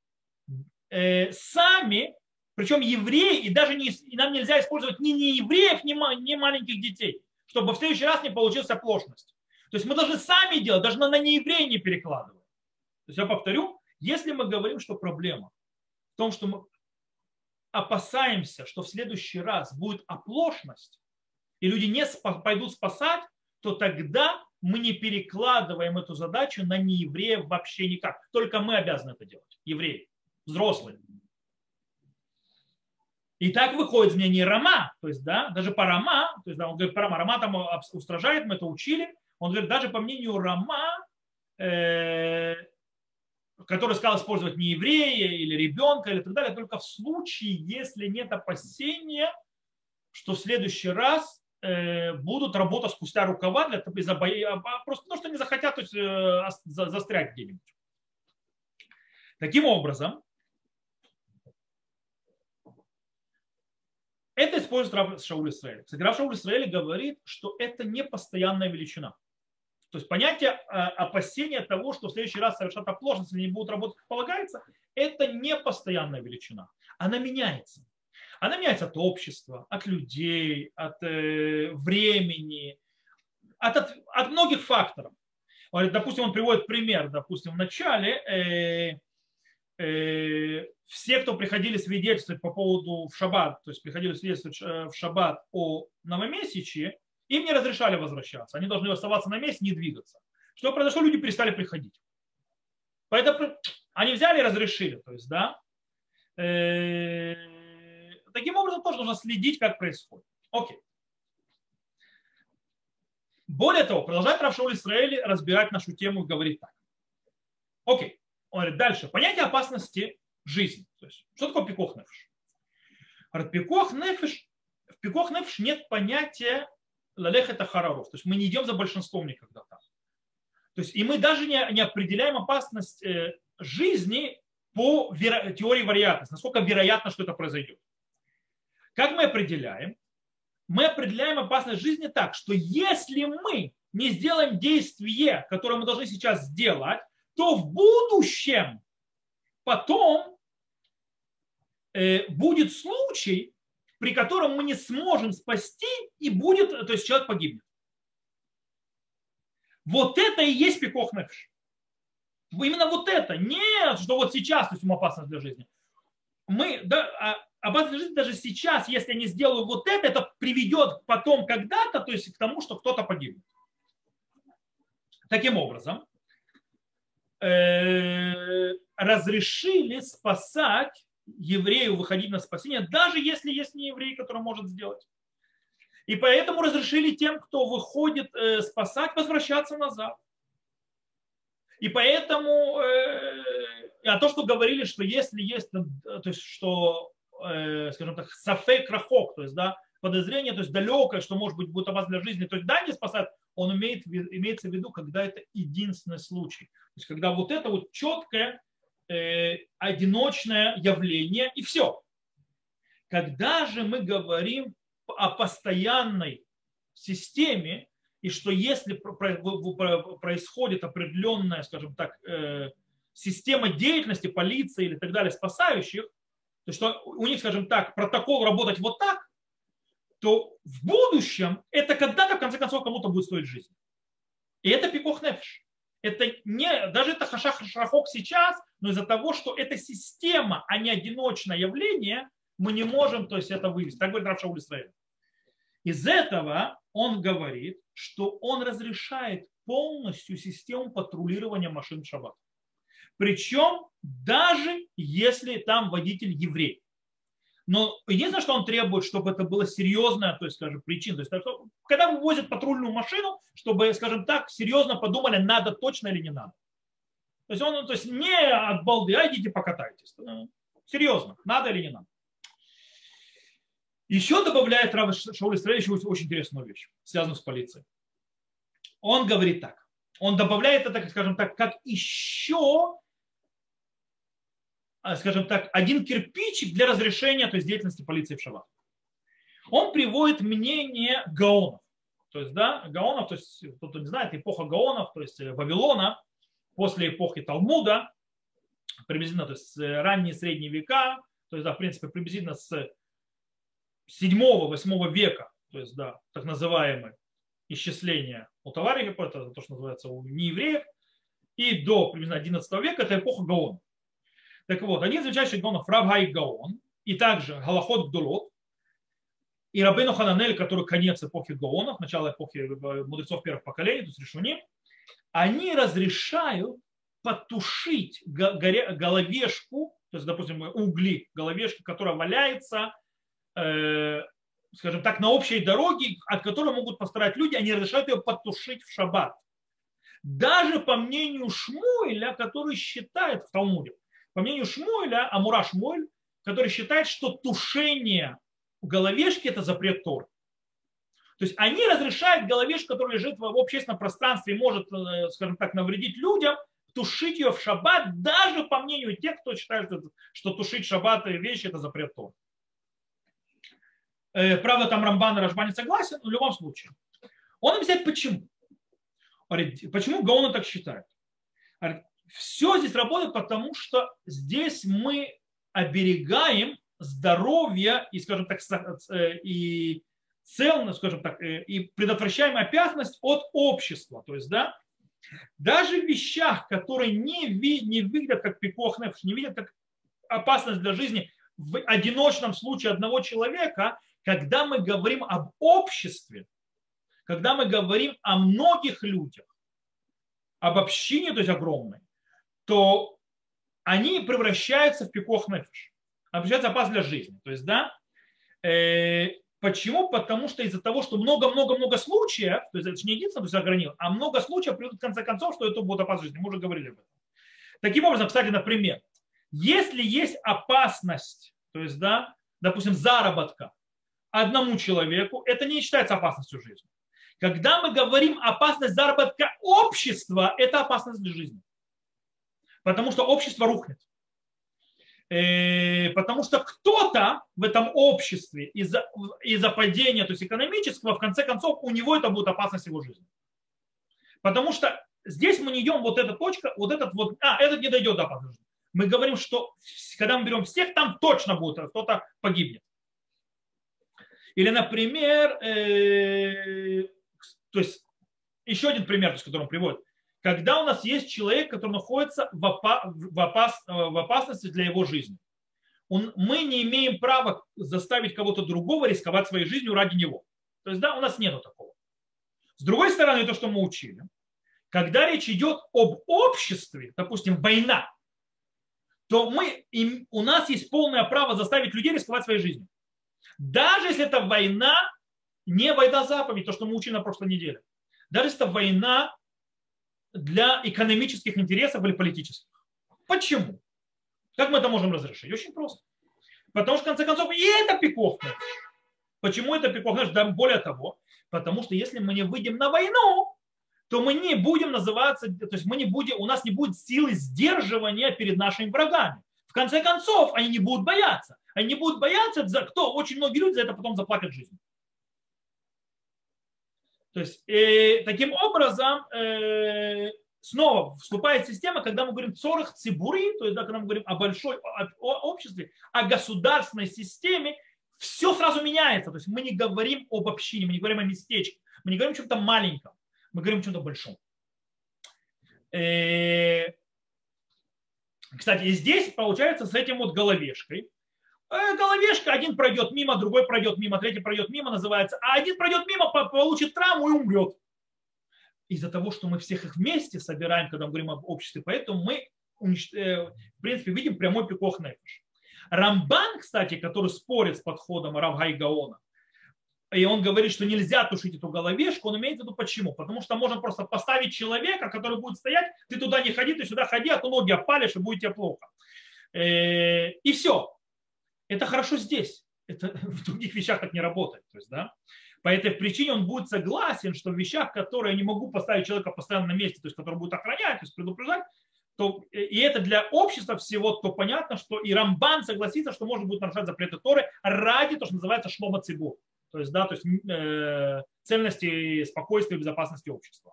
сами, причем евреи, и даже и нам нельзя использовать ни евреев, ни маленьких детей, чтобы в следующий раз не получилась оплошность. То есть мы должны сами делать, даже на нееврея не перекладывать. То есть я повторю, если мы говорим, что проблема в том, что мы опасаемся, что в следующий раз будет оплошность, и люди не пойдут спасать, то тогда мы не перекладываем эту задачу на неевреев вообще никак. Только мы обязаны это делать, евреи, взрослые. И так выходит из мнения Рама, то есть, да, даже по Рама, то есть, да, он говорит, по Рама, Рама там устражает, мы это учили, он говорит, даже по мнению Рама, который сказал использовать не еврея или ребенка или так далее, только в случае, если нет опасения, что в следующий раз будут работать спустя рукава, просто потому что не захотят, то есть, застрять где-нибудь. Таким образом, это использует Рав Шауль Исраэль. Кстати, Рав Шауль Исраэль говорит, что это не постоянная величина. То есть понятие опасения того, что в следующий раз совершат оплошность, если не будут работать как полагается, это не постоянная величина. Она меняется. Она меняется от общества, от людей, от времени, от многих факторов. Допустим, он приводит пример, допустим, в начале все, кто приходили свидетельствовать по поводу в шаббат, то есть приходили свидетельствовать в шаббат о новомесячье, им не разрешали возвращаться. Они должны оставаться на месте, не двигаться. Что произошло? Люди перестали приходить. Поэтому они взяли и разрешили. То есть, да, таким образом тоже нужно следить, как происходит. Окей. Более того, продолжает Рав Шауль Исраэли разбирать нашу тему и говорит так. Окей. Он говорит дальше. Понятие опасности жизни. То есть, что такое пикох нефеш? В пикох нефеш нет понятия лалехет ахараров. То есть мы не идем за большинством никогда там. То есть и мы даже не определяем опасность жизни по теории вероятности. Насколько вероятно, что это произойдет. Как мы определяем? Мы определяем опасность жизни так, что если мы не сделаем действие, которое мы должны сейчас сделать, то в будущем потом будет случай, при котором мы не сможем спасти, и будет, то есть человек погибнет. Вот это и есть пикох нефеш. Именно вот это. Не, что вот сейчас, то есть опасность для жизни. Опасность для жизни даже сейчас, если я не сделаю вот это приведет потом когда-то, то есть к тому, что кто-то погибнет. Таким образом, разрешили спасать еврею выходить на спасение, даже если есть не еврей, который может сделать. И поэтому разрешили тем, кто выходит спасать, возвращаться назад. И поэтому, то, что говорили, что если есть, то есть, что, скажем так, сафек рахок, то есть, да, подозрение, то есть далекое, что может быть будет опасно для жизни, то есть, да, не спасать, он имеется в виду, когда это единственный случай. То есть, когда вот это вот четкое, одиночное явление, и все. Когда же мы говорим о постоянной системе, и что если происходит определенная, скажем так, система деятельности полиции или так далее, спасающих, то что у них, скажем так, протокол работать вот так, то в будущем это когда-то, в конце концов, кому-то будет стоить жизнь. И это пикох нефеш. Это не, даже это хашах-шахок сейчас, но из-за того, что это система, а не одиночное явление, мы не можем, то есть, это вывести. Так говорит Рав Шауль Исраэль. Из этого он говорит, что он разрешает полностью систему патрулирования машин в шаббат. Причем даже если там водитель еврей. Но единственное, что он требует, чтобы это была серьезная, то есть, скажем, причина. То есть, когда вывозят патрульную машину, чтобы, скажем так, серьезно подумали, надо точно или не надо. То есть, он, то есть не от балды, а идите покатайтесь. Серьезно, надо или не надо. Еще добавляет Рав Шауль Исраэль еще очень интересную вещь, связанную с полицией. Он говорит так. Он добавляет это, скажем так, как еще, скажем так, один кирпичик для разрешения, то есть, деятельности полиции в шаббат. Он приводит мнение гаонов. То есть, да, гаонов, то есть, кто-то не знает, эпоха гаонов, то есть Вавилона, после эпохи Талмуда, приблизительно, то есть ранние средние века, то есть, да, в принципе, приблизительно с 7-8 века, то есть, да, так называемое исчисление у товарищей, это то, что называется у неевреев, и до приблизительно 11 века это эпоха гаонов. Так вот, один из величайших гаонов Рав Хай Гаон, и также Галахот Гдулот, и Рабейну Хананель, который конец эпохи гаонов, начало эпохи мудрецов первых поколений, то есть решуним, они разрешают потушить головешку, то есть, допустим, угли головешки, которая валяется, скажем так, на общей дороге, от которой могут пострадать люди, они разрешают ее потушить в шаббат. Даже по мнению Шмуэля, который считает в Талмуде, по мнению Шмуэля, Амура Шмуэль, который считает, что тушение головешки – это запрет Торы. То есть они разрешают головешку, которая лежит в общественном пространстве и может, скажем так, навредить людям, тушить ее в шаббат, даже по мнению тех, кто считает, что тушить в шаббат вещи – это запрет Торы. Правда, там Рамбан и Рашба не согласен, но в любом случае. Он объясняет, почему. Говорит, почему гаоны так считают. Говорит, все здесь работает, потому что здесь мы оберегаем здоровье и, скажем так, и целостность, скажем так, и предотвращаем опасность от общества. То есть, да, Даже в вещах, которые не выглядят как пикох нефеш, не видят как опасность для жизни в одиночном случае одного человека, когда мы говорим об обществе, когда мы говорим о многих людях, об общине, то есть огромной, то они превращаются в пикох нефеш, превращаются в опасность для жизни. То есть, да, почему? Потому что из-за того, что много-много-много случаев, то есть это не единственное, то есть огранил, а много случаев приведут в конце концов, что это будет опасность жизни. Мы уже говорили об этом. Таким образом, кстати, например, если есть опасность, то есть, да, допустим, заработка одному человеку, это не считается опасностью жизни. Когда мы говорим опасность заработка общества, это опасность для жизни. Потому что общество рухнет. Потому что кто-то в этом обществе из-за падения, то есть экономического, в конце концов, у него это будет опасность его жизни. Потому что здесь мы не идем вот эта точка, вот этот вот, этот не дойдет до опасности. Мы говорим, что когда мы берем всех, там точно будет, кто-то погибнет. Или, например, то есть еще один пример, который он приводит. Когда у нас есть человек, который находится в опасности для его жизни, мы не имеем права заставить кого-то другого рисковать своей жизнью ради него. То есть, да, у нас нет такого. С другой стороны, то, что мы учили, когда речь идет об обществе, допустим, война, то у нас есть полное право заставить людей рисковать своей жизнью. Даже если это война, не война заповедь, то, что мы учили на прошлой неделе. Даже если это война для экономических интересов или политических. Почему? Как мы это можем разрешить? Очень просто. Потому что, в конце концов, и это пикох нефеш. Почему это пикох нефеш? Да, более того, потому что если мы не выйдем на войну, то мы не будем называться, то есть у нас не будет силы сдерживания перед нашими врагами. В конце концов, они не будут бояться. Они не будут бояться, за кто очень многие люди за это потом заплатят жизнью. То есть, таким образом, снова вступает система, когда мы говорим цорах цибури, то есть, да, когда мы говорим о большой обществе, о государственной системе, все сразу меняется. То есть мы не говорим об общине, мы не говорим о местечке, мы не говорим о чем-то маленьком, мы говорим о чем-то большом. Кстати, и здесь получается с этим вот головешкой. Головешка, один пройдет мимо, другой пройдет мимо, третий пройдет мимо, называется, а один пройдет мимо, получит травму и умрет. Из-за того, что мы всех их вместе собираем, когда мы говорим об обществе, поэтому мы, в принципе, видим прямой пикох нефеш. Рамбан, кстати, который спорит с подходом Рав Гай Гаона, и он говорит, что нельзя тушить эту головешку, он имеет в виду почему? Потому что можно просто поставить человека, который будет стоять, ты туда не ходи, ты сюда ходи, а то ноги опалишь и будет тебе плохо. И все. Это хорошо здесь. Это в других вещах так не работает. То есть, да? По этой причине он будет согласен, что в вещах, которые я не могу поставить человека постоянно на месте, то есть который будет охранять, то есть предупреждать, то, и это для общества всего, то понятно, что и Рамбан согласится, что можно будет нарушать запреты Торы ради того, что называется шлома цибур. То есть, да, то есть цельности, спокойствия и безопасности общества.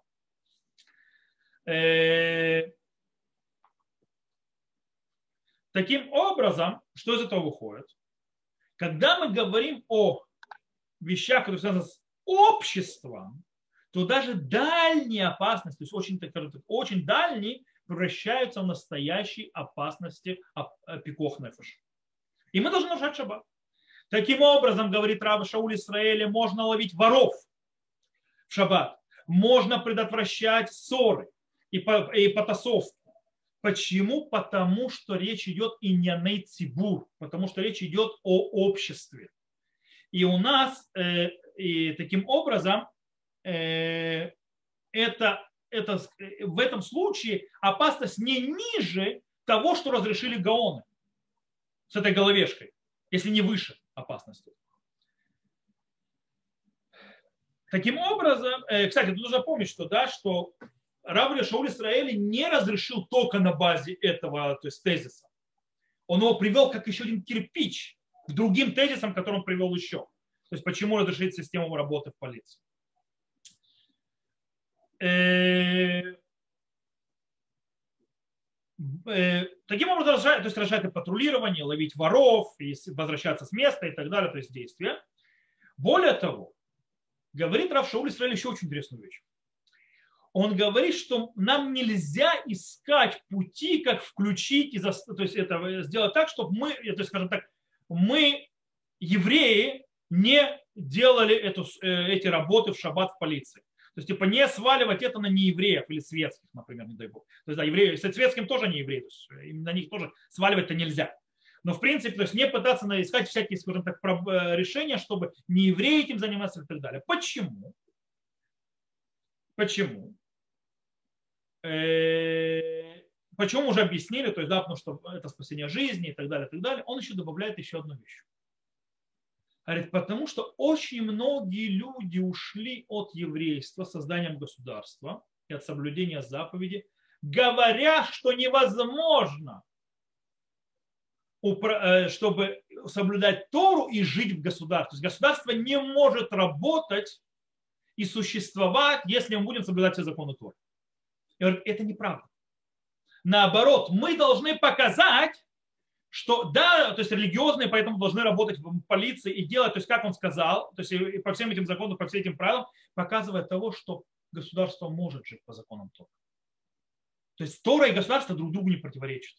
Таким образом, что из этого выходит? Когда мы говорим о вещах, которые связаны с обществом, то даже дальние опасности, то есть очень дальние, превращаются в настоящие опасности пикох нефеш. И мы должны нарушать шаббат. Таким образом, говорит Рав Шауль Исраэля, можно ловить воров в шаббат, можно предотвращать ссоры и потасовки. Почему? Потому что речь идет иньяней цибур, потому что речь идет о обществе. И у нас и таким образом в этом случае опасность не ниже того, что разрешили гаоны с этой головешкой, если не выше опасности. Таким образом, кстати, тут нужно помнить, что, да, что Рав Шауль Исраэли не разрешил только на базе этого, то есть тезиса. Он его привел как еще один кирпич к другим тезисам, которые он привел еще. То есть почему разрешить систему работы в полиции. Таким образом, то есть разрешает и патрулирование, ловить воров, и возвращаться с места и так далее, то есть действия. Более того, говорит Рав Шауль Исраэль еще очень интересную вещь. Он говорит, что нам нельзя искать пути, как включить, то есть это сделать так, чтобы мы, то есть, скажем так, мы, евреи, не делали эти работы в шаббат в полиции. То есть, типа, не сваливать это на неевреев или светских, например, не дай бог. То есть, да, евреи, светским тоже не евреи, то есть, на них тоже сваливать-то нельзя. Но, в принципе, то есть, не пытаться искать всякие, скажем так, решения, чтобы не евреи этим заниматься и так далее. Почему? Почему? Почему уже объяснили, то есть, да, потому что это спасение жизни и так далее, и так далее. Он еще добавляет еще одну вещь. Говорит, потому что очень многие люди ушли от еврейства созданием государства и от соблюдения заповеди, говоря, что невозможно, чтобы соблюдать Тору и жить в государстве. То есть государство не может работать и существовать, если мы будем соблюдать все законы Торы. И говорит, это неправда. Наоборот, мы должны показать, что да, то есть религиозные поэтому должны работать в полиции и делать, то есть как он сказал, то есть и по всем этим законам, по всем этим правилам, показывает того, что государство может жить по законам Торы. То есть Тора и государство друг другу не противоречат.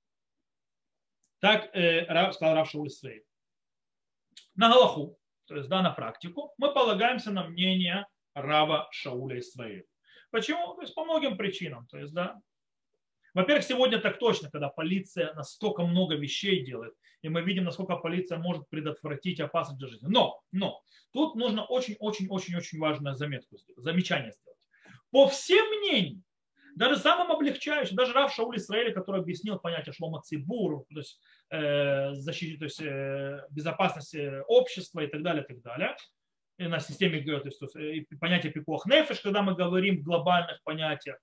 Так сказал Рав Шауль Исраэль. На галаху, то есть да, на практику, мы полагаемся на мнение Рава Шауля Исраэля. Почему? То есть по многим причинам. То есть, да, во-первых, сегодня так точно, когда полиция настолько много вещей делает, и мы видим, насколько полиция может предотвратить опасность для жизни. Но тут нужно очень-очень-очень важное замечание сделать. По всем мнениям, даже самым облегчающим, даже Рав Шауль Исраэля, который объяснил понятие шлома цибур, то есть защиты, то есть безопасности общества и так далее, и на системе, то есть понятие пикуах нефеш, когда мы говорим в глобальных понятиях,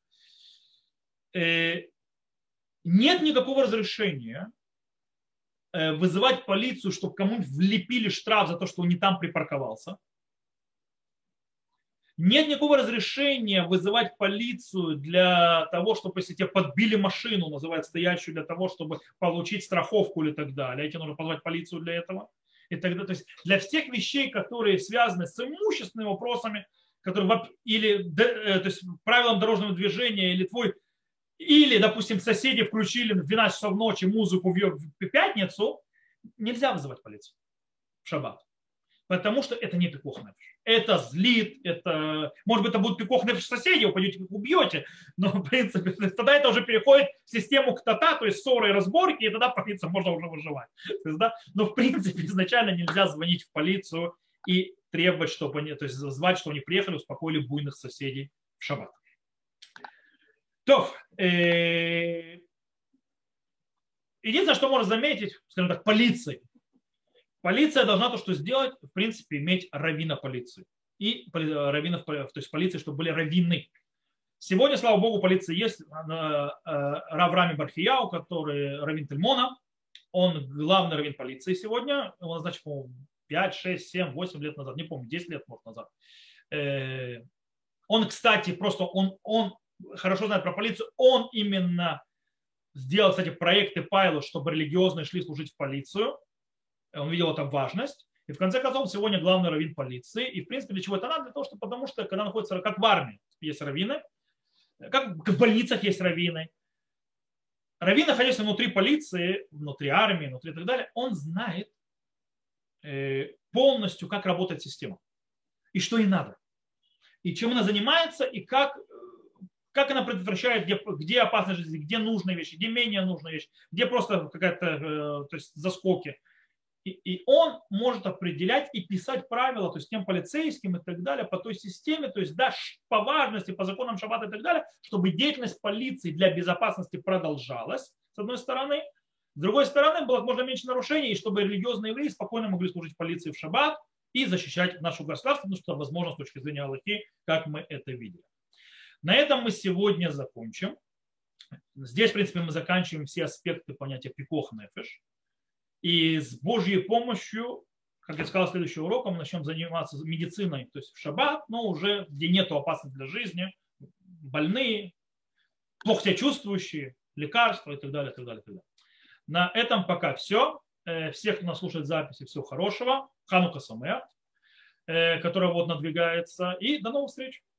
нет никакого разрешения вызывать полицию, чтобы кому-нибудь влепили штраф за то, что он не там припарковался. Нет никакого разрешения вызывать полицию для того, чтобы, если тебе подбили машину, называют стоящую, для того, чтобы получить страховку или так далее. Тебе нужно позвать полицию для этого. И тогда, то есть для всех вещей, которые связаны с имущественными вопросами, которые, или то есть правилам дорожного движения, или, допустим, соседи включили в 12 часов ночи музыку в пятницу, нельзя вызывать полицию в шаббат. Потому что это не пикух нефеш. Это злит, это, может быть, это будет пикух нефеш соседей, вы пойдете, убьете, но, в принципе, тогда это уже переходит в систему ктата, то есть ссоры и разборки, и тогда полиция можно уже выживать. То есть, да, но, в принципе, изначально нельзя звонить в полицию и требовать, чтобы они, то есть звать, чтобы они приехали, успокоили буйных соседей в шаббат. То, единственное, что можно заметить, скажем так, полиции. Полиция должна то, что сделать, в принципе, иметь раввина полиции. И раввинов, то есть полиции, чтобы были раввины. Сегодня, слава богу, полиция есть. Рав Рами Бархияу, который раввин Тельмона. Он главный раввин полиции сегодня. Он, значит, по-моему, 5, 6, 7, 8 лет назад. Не помню, 10 лет, может, назад. Он, кстати, просто он хорошо знает про полицию. Он именно сделал, кстати, проекты Пайлот, чтобы религиозные шли служить в полицию. Он видел там важность. И в конце концов, сегодня главный раввин полиции. И в принципе, для чего это надо? Для того, что, потому что когда находится, как в армии, есть раввины, как в больницах есть раввины. Раввин, находясь внутри полиции, внутри армии, внутри и так далее, он знает полностью, как работает система. И что ей надо. И чем она занимается, и как она предотвращает, где опасная жизнь, где нужные вещи, где менее нужные вещи, где просто какая-то то есть заскоки. И он может определять и писать правила, то есть тем полицейским и так далее, по той системе, то есть да, по важности, по законам шаббата и так далее, чтобы деятельность полиции для безопасности продолжалась, с одной стороны. С другой стороны, было как можно меньше нарушений, и чтобы религиозные евреи спокойно могли служить полиции в шаббат и защищать нашу государство, потому что возможно с точки зрения Аллахи, как мы это видели. На этом мы сегодня закончим. Здесь, в принципе, мы заканчиваем все аспекты понятия пикуах нефеш. И с Божьей помощью, как я сказал, следующим уроком мы начнем заниматься медициной, то есть в шаббат, но уже где нет опасности для жизни, больные, плохо себя чувствующие, лекарства и так далее, и так далее, и так далее. На этом пока все. Всех, кто нас слушает записи, всего хорошего. Ханука Самеах, которая вот надвигается. И до новых встреч.